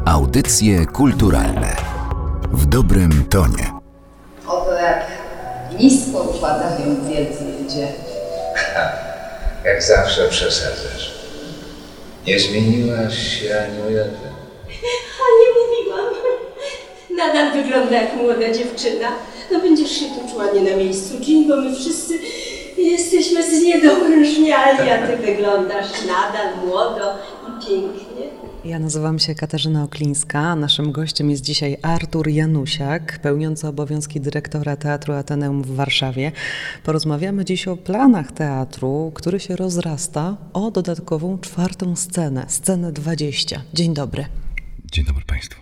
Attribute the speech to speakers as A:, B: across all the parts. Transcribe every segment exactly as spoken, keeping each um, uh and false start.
A: Audycje kulturalne w dobrym tonie.
B: Oto jak nisko upadają wielcy ludzie.
C: Jak zawsze przesadzasz. Nie zmieniłaś się ani o jeden.
D: A nie mówiłam. Nadal wygląda jak młoda dziewczyna. No będziesz się tu czuła nie na miejscu, Jean, bo my wszyscy jesteśmy zniedorężniali, a ty wyglądasz nadal młodo i pięknie.
E: Ja nazywam się Katarzyna Oklińska, a naszym gościem jest dzisiaj Artur Janusiak, pełniący obowiązki dyrektora Teatru Ateneum w Warszawie. Porozmawiamy dziś o planach teatru, który się rozrasta o dodatkową czwartą scenę, scenę dwadzieścia. Dzień dobry.
F: Dzień dobry Państwu.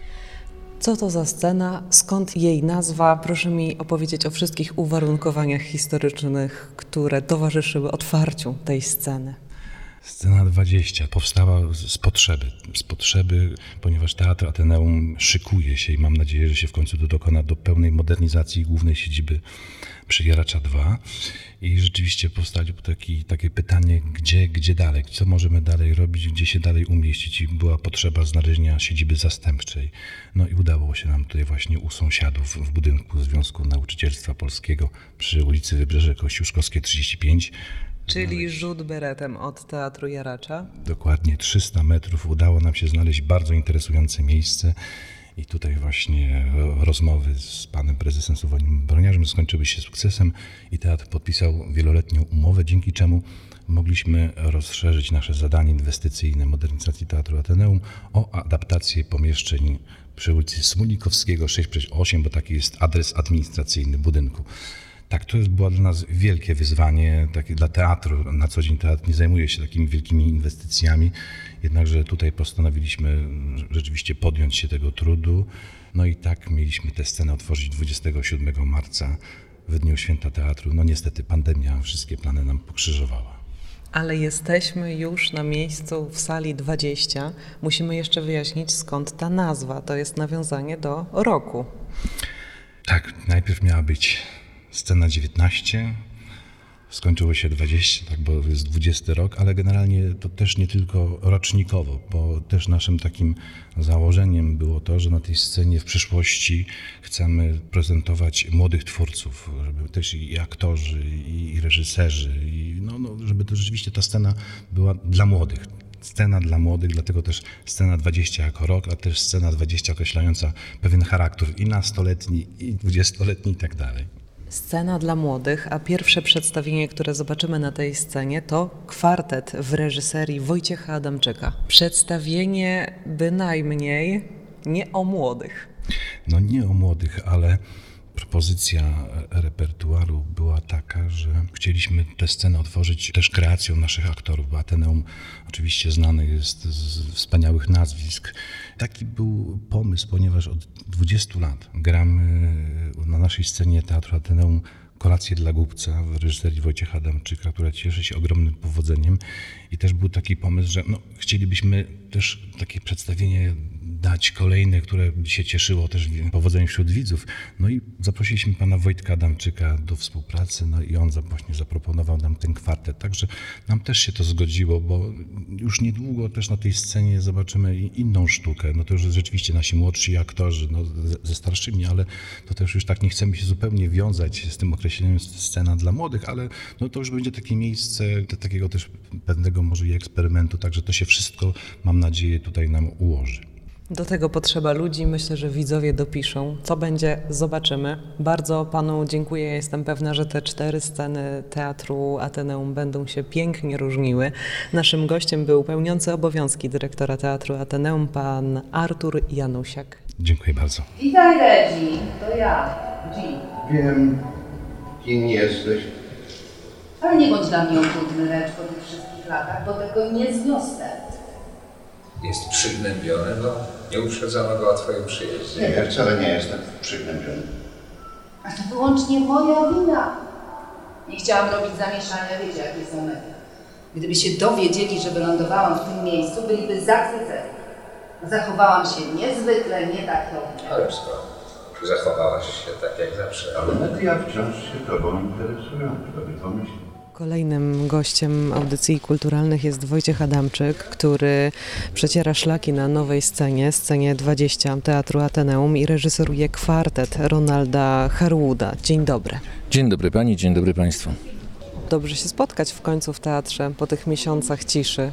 E: Co to za scena? Skąd jej nazwa? Proszę mi opowiedzieć o wszystkich uwarunkowaniach historycznych, które towarzyszyły otwarciu tej sceny.
F: Scena dwadzieścia powstała z potrzeby, z potrzeby, ponieważ Teatr Ateneum szykuje się i mam nadzieję, że się w końcu to dokona do pełnej modernizacji głównej siedziby przy Jaracza dwa. I rzeczywiście powstało taki, takie pytanie, gdzie, gdzie dalej, co możemy dalej robić, gdzie się dalej umieścić, i była potrzeba znalezienia siedziby zastępczej. No i udało się nam tutaj właśnie u sąsiadów w budynku Związku Nauczycielstwa Polskiego przy ulicy Wybrzeże Kościuszkowskie trzydzieści pięć.
E: Czyli rzut beretem od Teatru Jaracza.
F: Dokładnie trzysta metrów. Udało nam się znaleźć bardzo interesujące miejsce i tutaj właśnie rozmowy z panem prezesem Sławomirem Broniarzem skończyły się sukcesem i teatr podpisał wieloletnią umowę, dzięki czemu mogliśmy rozszerzyć nasze zadanie inwestycyjne modernizacji Teatru Ateneum o adaptację pomieszczeń przy ulicy Smulikowskiego sześć przez osiem, bo taki jest adres administracyjny budynku. Tak, to było dla nas wielkie wyzwanie, takie dla teatru. Na co dzień teatr nie zajmuje się takimi wielkimi inwestycjami, jednakże tutaj postanowiliśmy rzeczywiście podjąć się tego trudu. No i tak mieliśmy tę scenę otworzyć dwudziestego siódmego marca w dniu Święta Teatru. No niestety pandemia wszystkie plany nam pokrzyżowała.
E: Ale jesteśmy już na miejscu w sali dwadzieścia. Musimy jeszcze wyjaśnić, skąd ta nazwa. To jest nawiązanie do roku.
F: Tak, najpierw miała być scena dziewiętnaście, skończyło się dwadzieścia, tak, bo jest dwudziesty rok, ale generalnie to też nie tylko rocznikowo, bo też naszym takim założeniem było to, że na tej scenie w przyszłości chcemy prezentować młodych twórców, żeby też i aktorzy, i, i reżyserzy, i no, no, żeby to rzeczywiście ta scena była dla młodych. Scena dla młodych, dlatego też scena dwadzieścia jako rok, a też scena dwadzieścia określająca pewien charakter i nastoletni, i dwudziestoletni i tak dalej.
E: Scena dla młodych, a pierwsze przedstawienie, które zobaczymy na tej scenie, to kwartet w reżyserii Wojciecha Adamczyka. Przedstawienie bynajmniej nie o młodych.
F: No nie o młodych, ale propozycja repertuaru była taka, że chcieliśmy tę scenę otworzyć też kreacją naszych aktorów, bo Ateneum oczywiście znane jest z wspaniałych nazwisk. Taki był pomysł, ponieważ od dwudziestu lat gramy na naszej scenie Teatru Ateneum Kolację dla głupca w reżyserii Wojciecha Adamczyka, która cieszy się ogromnym powodzeniem, i też był taki pomysł, że no, chcielibyśmy też takie przedstawienie dać kolejne, które się cieszyło też powodzeniem wśród widzów. No i zaprosiliśmy pana Wojtka Adamczyka do współpracy, no i on właśnie zaproponował nam ten kwartet. Także nam też się to zgodziło, bo już niedługo też na tej scenie zobaczymy inną sztukę. No to już rzeczywiście nasi młodsi aktorzy, no ze starszymi, ale to też już tak nie chcemy się zupełnie wiązać z tym określeniem scena dla młodych, ale no to już będzie takie miejsce takiego też pewnego może i eksperymentu, także to się wszystko, mam nadzieję, tutaj nam ułoży.
E: Do tego potrzeba ludzi, myślę, że widzowie dopiszą. Co będzie, zobaczymy. Bardzo panu dziękuję. Jestem pewna, że te cztery sceny Teatru Ateneum będą się pięknie różniły. Naszym gościem był pełniący obowiązki dyrektora Teatru Ateneum, pan Artur Janusiak.
F: Dziękuję bardzo.
B: Witaj, Redzi, to ja, Jean.
C: Wiem, kim jesteś.
B: Ale nie bądź dla mnie okrutny, Redź, po tych wszystkich latach, bo tego nie zniosę.
C: Jest przygnębiony, bo nie uprzedzono go o twoim przyjeździe.
G: Nie, ja wcale nie jestem przygnębiony.
B: A to wyłącznie moja wina. Nie chciałam robić zamieszania, wiecie jakie są media. Gdyby się dowiedzieli, że wylądowałam w tym miejscu, byliby zachwyceni. Zachowałam się niezwykle nietaktownie.
C: Ależ to, zachowałaś się tak jak zawsze, ale
G: Ale media wciąż się tobą interesują, kto by pomyślał.
E: Kolejnym gościem audycji kulturalnych jest Wojciech Adamczyk, który przeciera szlaki na nowej scenie, scenie dwadzieścia Teatru Ateneum i reżyseruje kwartet Ronalda Harwooda. Dzień dobry.
H: Dzień dobry pani, dzień dobry państwu.
E: Dobrze się spotkać w końcu w teatrze po tych miesiącach ciszy.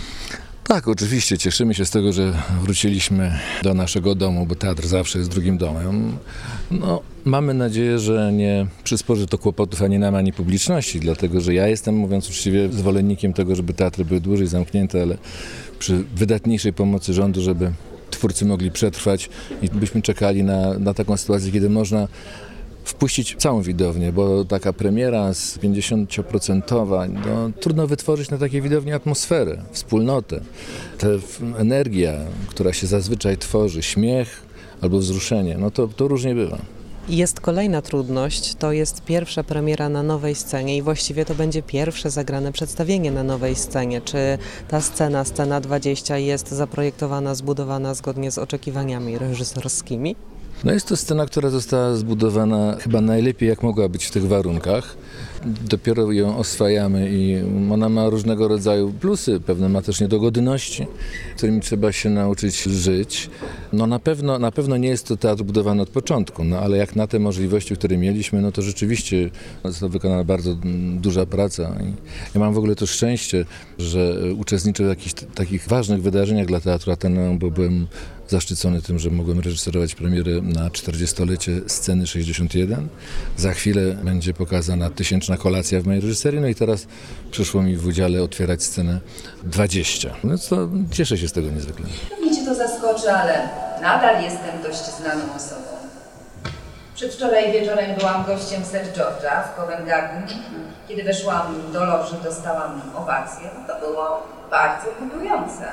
H: Tak, oczywiście cieszymy się z tego, że wróciliśmy do naszego domu, bo teatr zawsze jest drugim domem. No, mamy nadzieję, że nie przysporzy to kłopotów ani nam, ani publiczności, dlatego że ja jestem, mówiąc uczciwie, zwolennikiem tego, żeby teatry były dłużej zamknięte, ale przy wydatniejszej pomocy rządu, żeby twórcy mogli przetrwać i byśmy czekali na, na taką sytuację, kiedy można wpuścić całą widownię, bo taka premiera z pięćdziesięcioprocentowa, no, trudno wytworzyć na takiej widowni atmosferę, wspólnotę. Ta energia, która się zazwyczaj tworzy, śmiech albo wzruszenie, no to, to różnie bywa.
E: Jest kolejna trudność, to jest pierwsza premiera na nowej scenie i właściwie to będzie pierwsze zagrane przedstawienie na nowej scenie. Czy ta scena, scena dwadzieścia jest zaprojektowana, zbudowana zgodnie z oczekiwaniami reżyserskimi?
H: No jest to scena, która została zbudowana chyba najlepiej, jak mogła być w tych warunkach. Dopiero ją oswajamy i ona ma różnego rodzaju plusy, pewne ma też niedogodności, którymi trzeba się nauczyć żyć. No na pewno, na pewno nie jest to teatr budowany od początku, no ale jak na te możliwości, które mieliśmy, no to rzeczywiście została wykonana bardzo duża praca. I ja mam w ogóle to szczęście, że uczestniczę w jakichś t- takich ważnych wydarzeniach dla Teatru Ateneum, bo byłem zaszczycony tym, że mogłem reżyserować premierę na czterdziestolecie Sceny sześćdziesiąt jeden. Za chwilę będzie pokazana tysięczna kolacja w mojej reżyserii, no i teraz przyszło mi w udziale otwierać scenę dwadzieścia. No to cieszę się z tego niezwykle.
B: Pewnie cię to zaskoczy, ale nadal jestem dość znaną osobą. Przedwczoraj wieczorem byłam gościem Sir George'a w Covent Garden. Kiedy weszłam do loży, dostałam owację. To było bardzo budujące.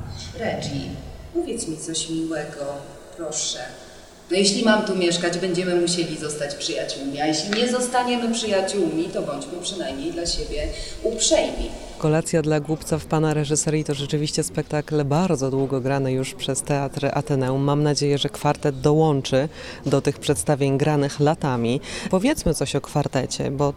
B: Reggie, powiedz mi coś miłego, proszę. No jeśli mam tu mieszkać, będziemy musieli zostać przyjaciółmi, a jeśli nie zostaniemy przyjaciółmi, to bądźmy przynajmniej dla siebie uprzejmi.
E: Kolacja dla głupca w pana reżyserii to rzeczywiście spektakl bardzo długo grany już przez Teatr Ateneum. Mam nadzieję, że kwartet dołączy do tych przedstawień granych latami. Powiedzmy coś o kwartecie, bo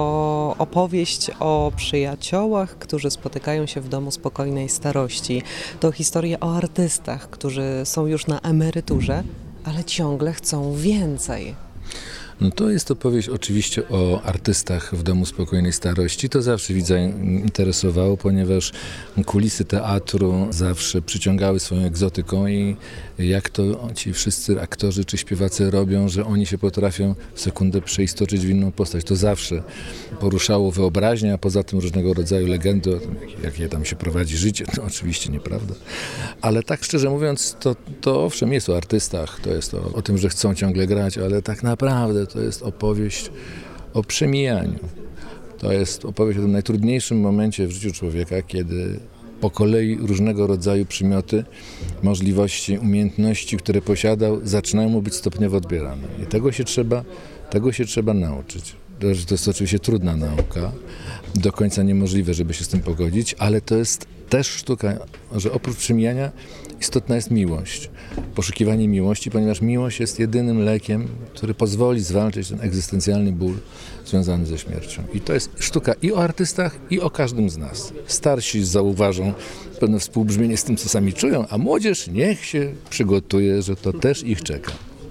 E: to opowieść o przyjaciołach, którzy spotykają się w domu spokojnej starości. To historia o artystach, którzy są już na emeryturze, ale ciągle chcą więcej.
H: No to jest opowieść oczywiście o artystach w domu spokojnej starości. To zawsze widza interesowało, ponieważ kulisy teatru zawsze przyciągały swoją egzotyką i jak to ci wszyscy aktorzy czy śpiewacy robią, że oni się potrafią w sekundę przeistoczyć w inną postać. To zawsze poruszało wyobraźnię, a poza tym różnego rodzaju legendy o tym, jakie tam się prowadzi życie. To oczywiście nieprawda. Ale tak szczerze mówiąc, to, to owszem jest o artystach, to jest o, o tym, że chcą ciągle grać, ale tak naprawdę to jest opowieść o przemijaniu. To jest opowieść o tym najtrudniejszym momencie w życiu człowieka, kiedy po kolei różnego rodzaju przymioty, możliwości, umiejętności, które posiadał, zaczynają mu być stopniowo odbierane. I tego się trzeba, tego się trzeba nauczyć. To jest oczywiście trudna nauka, do końca niemożliwe, żeby się z tym pogodzić, ale to jest też sztuka, że oprócz przemijania istotna jest miłość. Poszukiwanie miłości, ponieważ miłość jest jedynym lekiem, który pozwoli zwalczyć ten egzystencjalny ból związany ze śmiercią. I to jest sztuka i o artystach, i o każdym z nas. Starsi zauważą pewne współbrzmienie z tym, co sami czują, a młodzież niech się przygotuje, że to też ich czeka.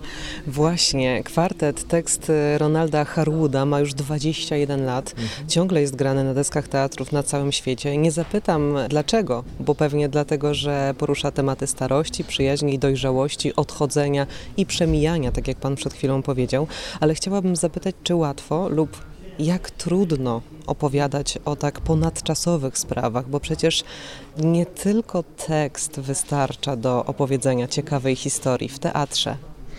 E: Właśnie, kwartet, tekst Ronalda Harwooda ma już dwadzieścia jeden lat, mhm. ciągle jest grany na deskach teatrów na całym świecie. Nie zapytam dlaczego, bo pewnie dlatego, że porusza tematy starości, przyjaźni, dojrzałości, odchodzenia i przemijania, tak jak pan przed chwilą powiedział, ale chciałabym zapytać, czy łatwo lub jak trudno opowiadać o tak ponadczasowych sprawach, bo przecież nie tylko tekst wystarcza do opowiedzenia ciekawej historii w teatrze.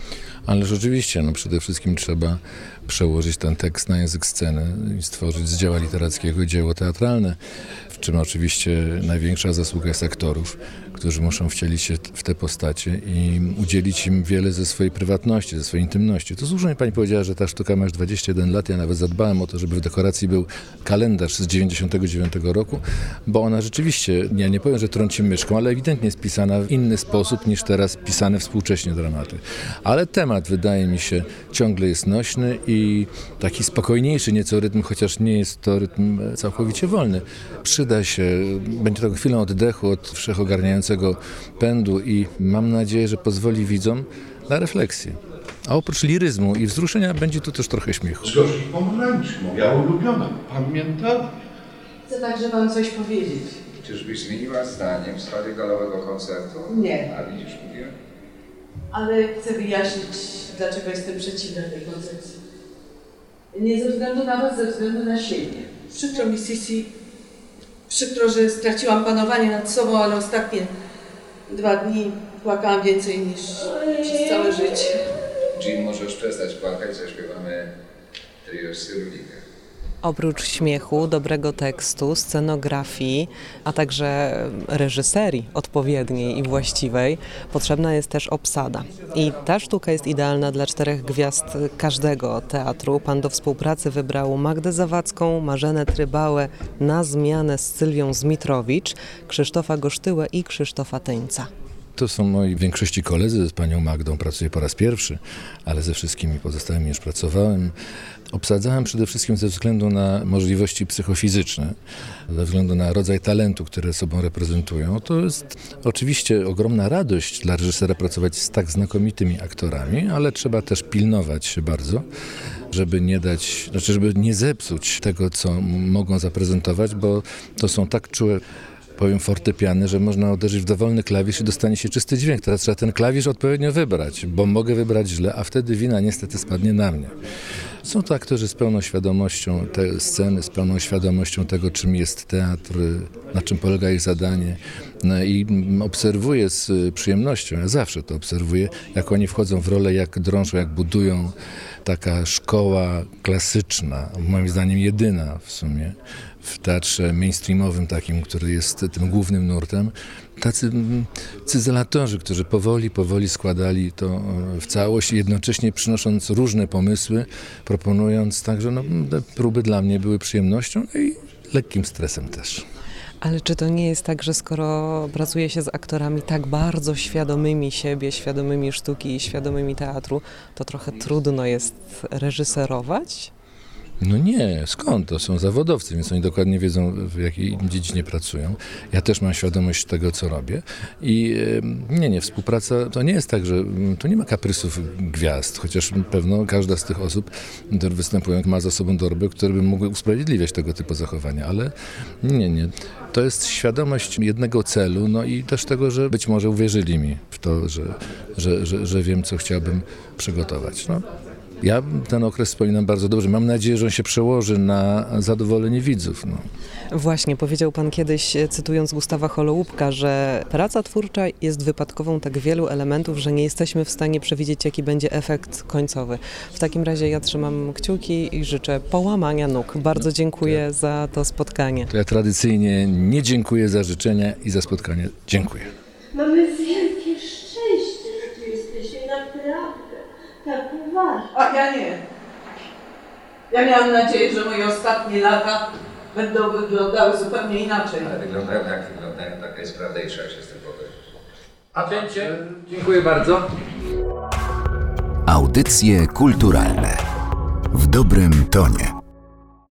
H: Ale rzeczywiście, no przede wszystkim trzeba przełożyć ten tekst na język sceny i stworzyć z dzieła literackiego dzieło teatralne, w czym oczywiście największa zasługa jest aktorów, którzy muszą wcielić się w te postacie i udzielić im wiele ze swojej prywatności, ze swojej intymności. To słusznie pani powiedziała, że ta sztuka ma już dwadzieścia jeden lat. Ja nawet zadbałem o to, żeby w dekoracji był kalendarz z dziewięćdziesiątego dziewiątego roku, bo ona rzeczywiście, ja nie powiem, że trąci myszką, ale ewidentnie jest pisana w inny sposób niż teraz pisane współcześnie dramaty. Ale temat, wydaje mi się, ciągle jest nośny i taki spokojniejszy nieco rytm, chociaż nie jest to rytm całkowicie wolny. Przyda się, będzie to chwilą oddechu od wszechogarniającego pędu i mam nadzieję, że pozwoli widzom na refleksję. A oprócz liryzmu i wzruszenia będzie tu też trochę śmiechu.
G: Z gorzki pomarańczy, moja ulubiona. Pamiętam?
B: Chcę także wam coś powiedzieć.
C: Czyżbyś zmieniła zdanie w sprawie galowego koncertu?
B: Nie.
C: A widzisz, mówię?
I: Ale chcę wyjaśnić, dlaczego jestem przeciwna tej koncepcji. Nie ze względu na was, ze względu na siebie. Przykro mi, Sisi, przykro, że straciłam panowanie nad sobą, ale ostatnie dwa dni płakałam więcej niż przez całe życie.
C: Jean, możesz przestać płakać, zaśpiewamy trio z Cyrulika.
E: Oprócz śmiechu, dobrego tekstu, scenografii, a także reżyserii odpowiedniej i właściwej, potrzebna jest też obsada. I ta sztuka jest idealna dla czterech gwiazd każdego teatru. Pan do współpracy wybrał Magdę Zawadzką, Marzenę Trybałę, na zmianę z Sylwią Zmitrowicz, Krzysztofa Gosztyłę i Krzysztofa Tyńca.
H: To są moi w większości koledzy, z panią Magdą pracuję po raz pierwszy, ale ze wszystkimi pozostałymi już pracowałem. Obsadzałem przede wszystkim ze względu na możliwości psychofizyczne, ze względu na rodzaj talentu, które sobą reprezentują. To jest oczywiście ogromna radość dla reżysera pracować z tak znakomitymi aktorami, ale trzeba też pilnować się bardzo, żeby nie dać, znaczy żeby nie zepsuć tego, co mogą zaprezentować, bo to są tak czułe, powiem, fortepiany, że można uderzyć w dowolny klawisz i dostanie się czysty dźwięk. Teraz trzeba ten klawisz odpowiednio wybrać, bo mogę wybrać źle, a wtedy wina niestety spadnie na mnie. Są to aktorzy z pełną świadomością tej sceny, z pełną świadomością tego, czym jest teatr, na czym polega ich zadanie. No i obserwuję z przyjemnością, ja zawsze to obserwuję, jak oni wchodzą w rolę, jak drążą, jak budują. Taka szkoła klasyczna, moim zdaniem jedyna w sumie, w teatrze mainstreamowym takim, który jest tym głównym nurtem, tacy cyzelatorzy, którzy powoli, powoli składali to w całość, jednocześnie przynosząc różne pomysły, proponując, także no, te próby dla mnie były przyjemnością no i lekkim stresem też.
E: Ale czy to nie jest tak, że skoro pracuje się z aktorami tak bardzo świadomymi siebie, świadomymi sztuki i świadomymi teatru, to trochę trudno jest reżyserować?
H: No nie, skąd? To są zawodowcy, więc oni dokładnie wiedzą, w jakiej dziedzinie pracują. Ja też mam świadomość tego, co robię. I nie, nie, współpraca to nie jest tak, że tu nie ma kaprysów gwiazd, chociaż pewno każda z tych osób, które występują, ma za sobą dorby, które by mogły usprawiedliwiać tego typu zachowania, ale nie, nie. To jest świadomość jednego celu, no i też tego, że być może uwierzyli mi w to, że, że, że, że wiem, co chciałbym przygotować. No. Ja ten okres wspominam bardzo dobrze. Mam nadzieję, że on się przełoży na zadowolenie widzów. No.
E: Właśnie, powiedział pan kiedyś, cytując Gustawa Holoubka, że praca twórcza jest wypadkową tak wielu elementów, że nie jesteśmy w stanie przewidzieć, jaki będzie efekt końcowy. W takim razie ja trzymam kciuki i życzę połamania nóg. Bardzo dziękuję za to spotkanie.
H: To ja tradycyjnie nie dziękuję za życzenia i za spotkanie. Dziękuję.
D: Mamy wielkie szczęście, że tu jesteśmy, naprawdę. Tak uważam.
I: A ja nie. Ja miałam nadzieję, że moje ostatnie lata będą wyglądały zupełnie inaczej.
C: Ale wyglądają jak wyglądają, taka jest prawda i trzeba się z tym pogodzić.
J: Atencie, dziękuję bardzo.
A: Audycje kulturalne w dobrym tonie.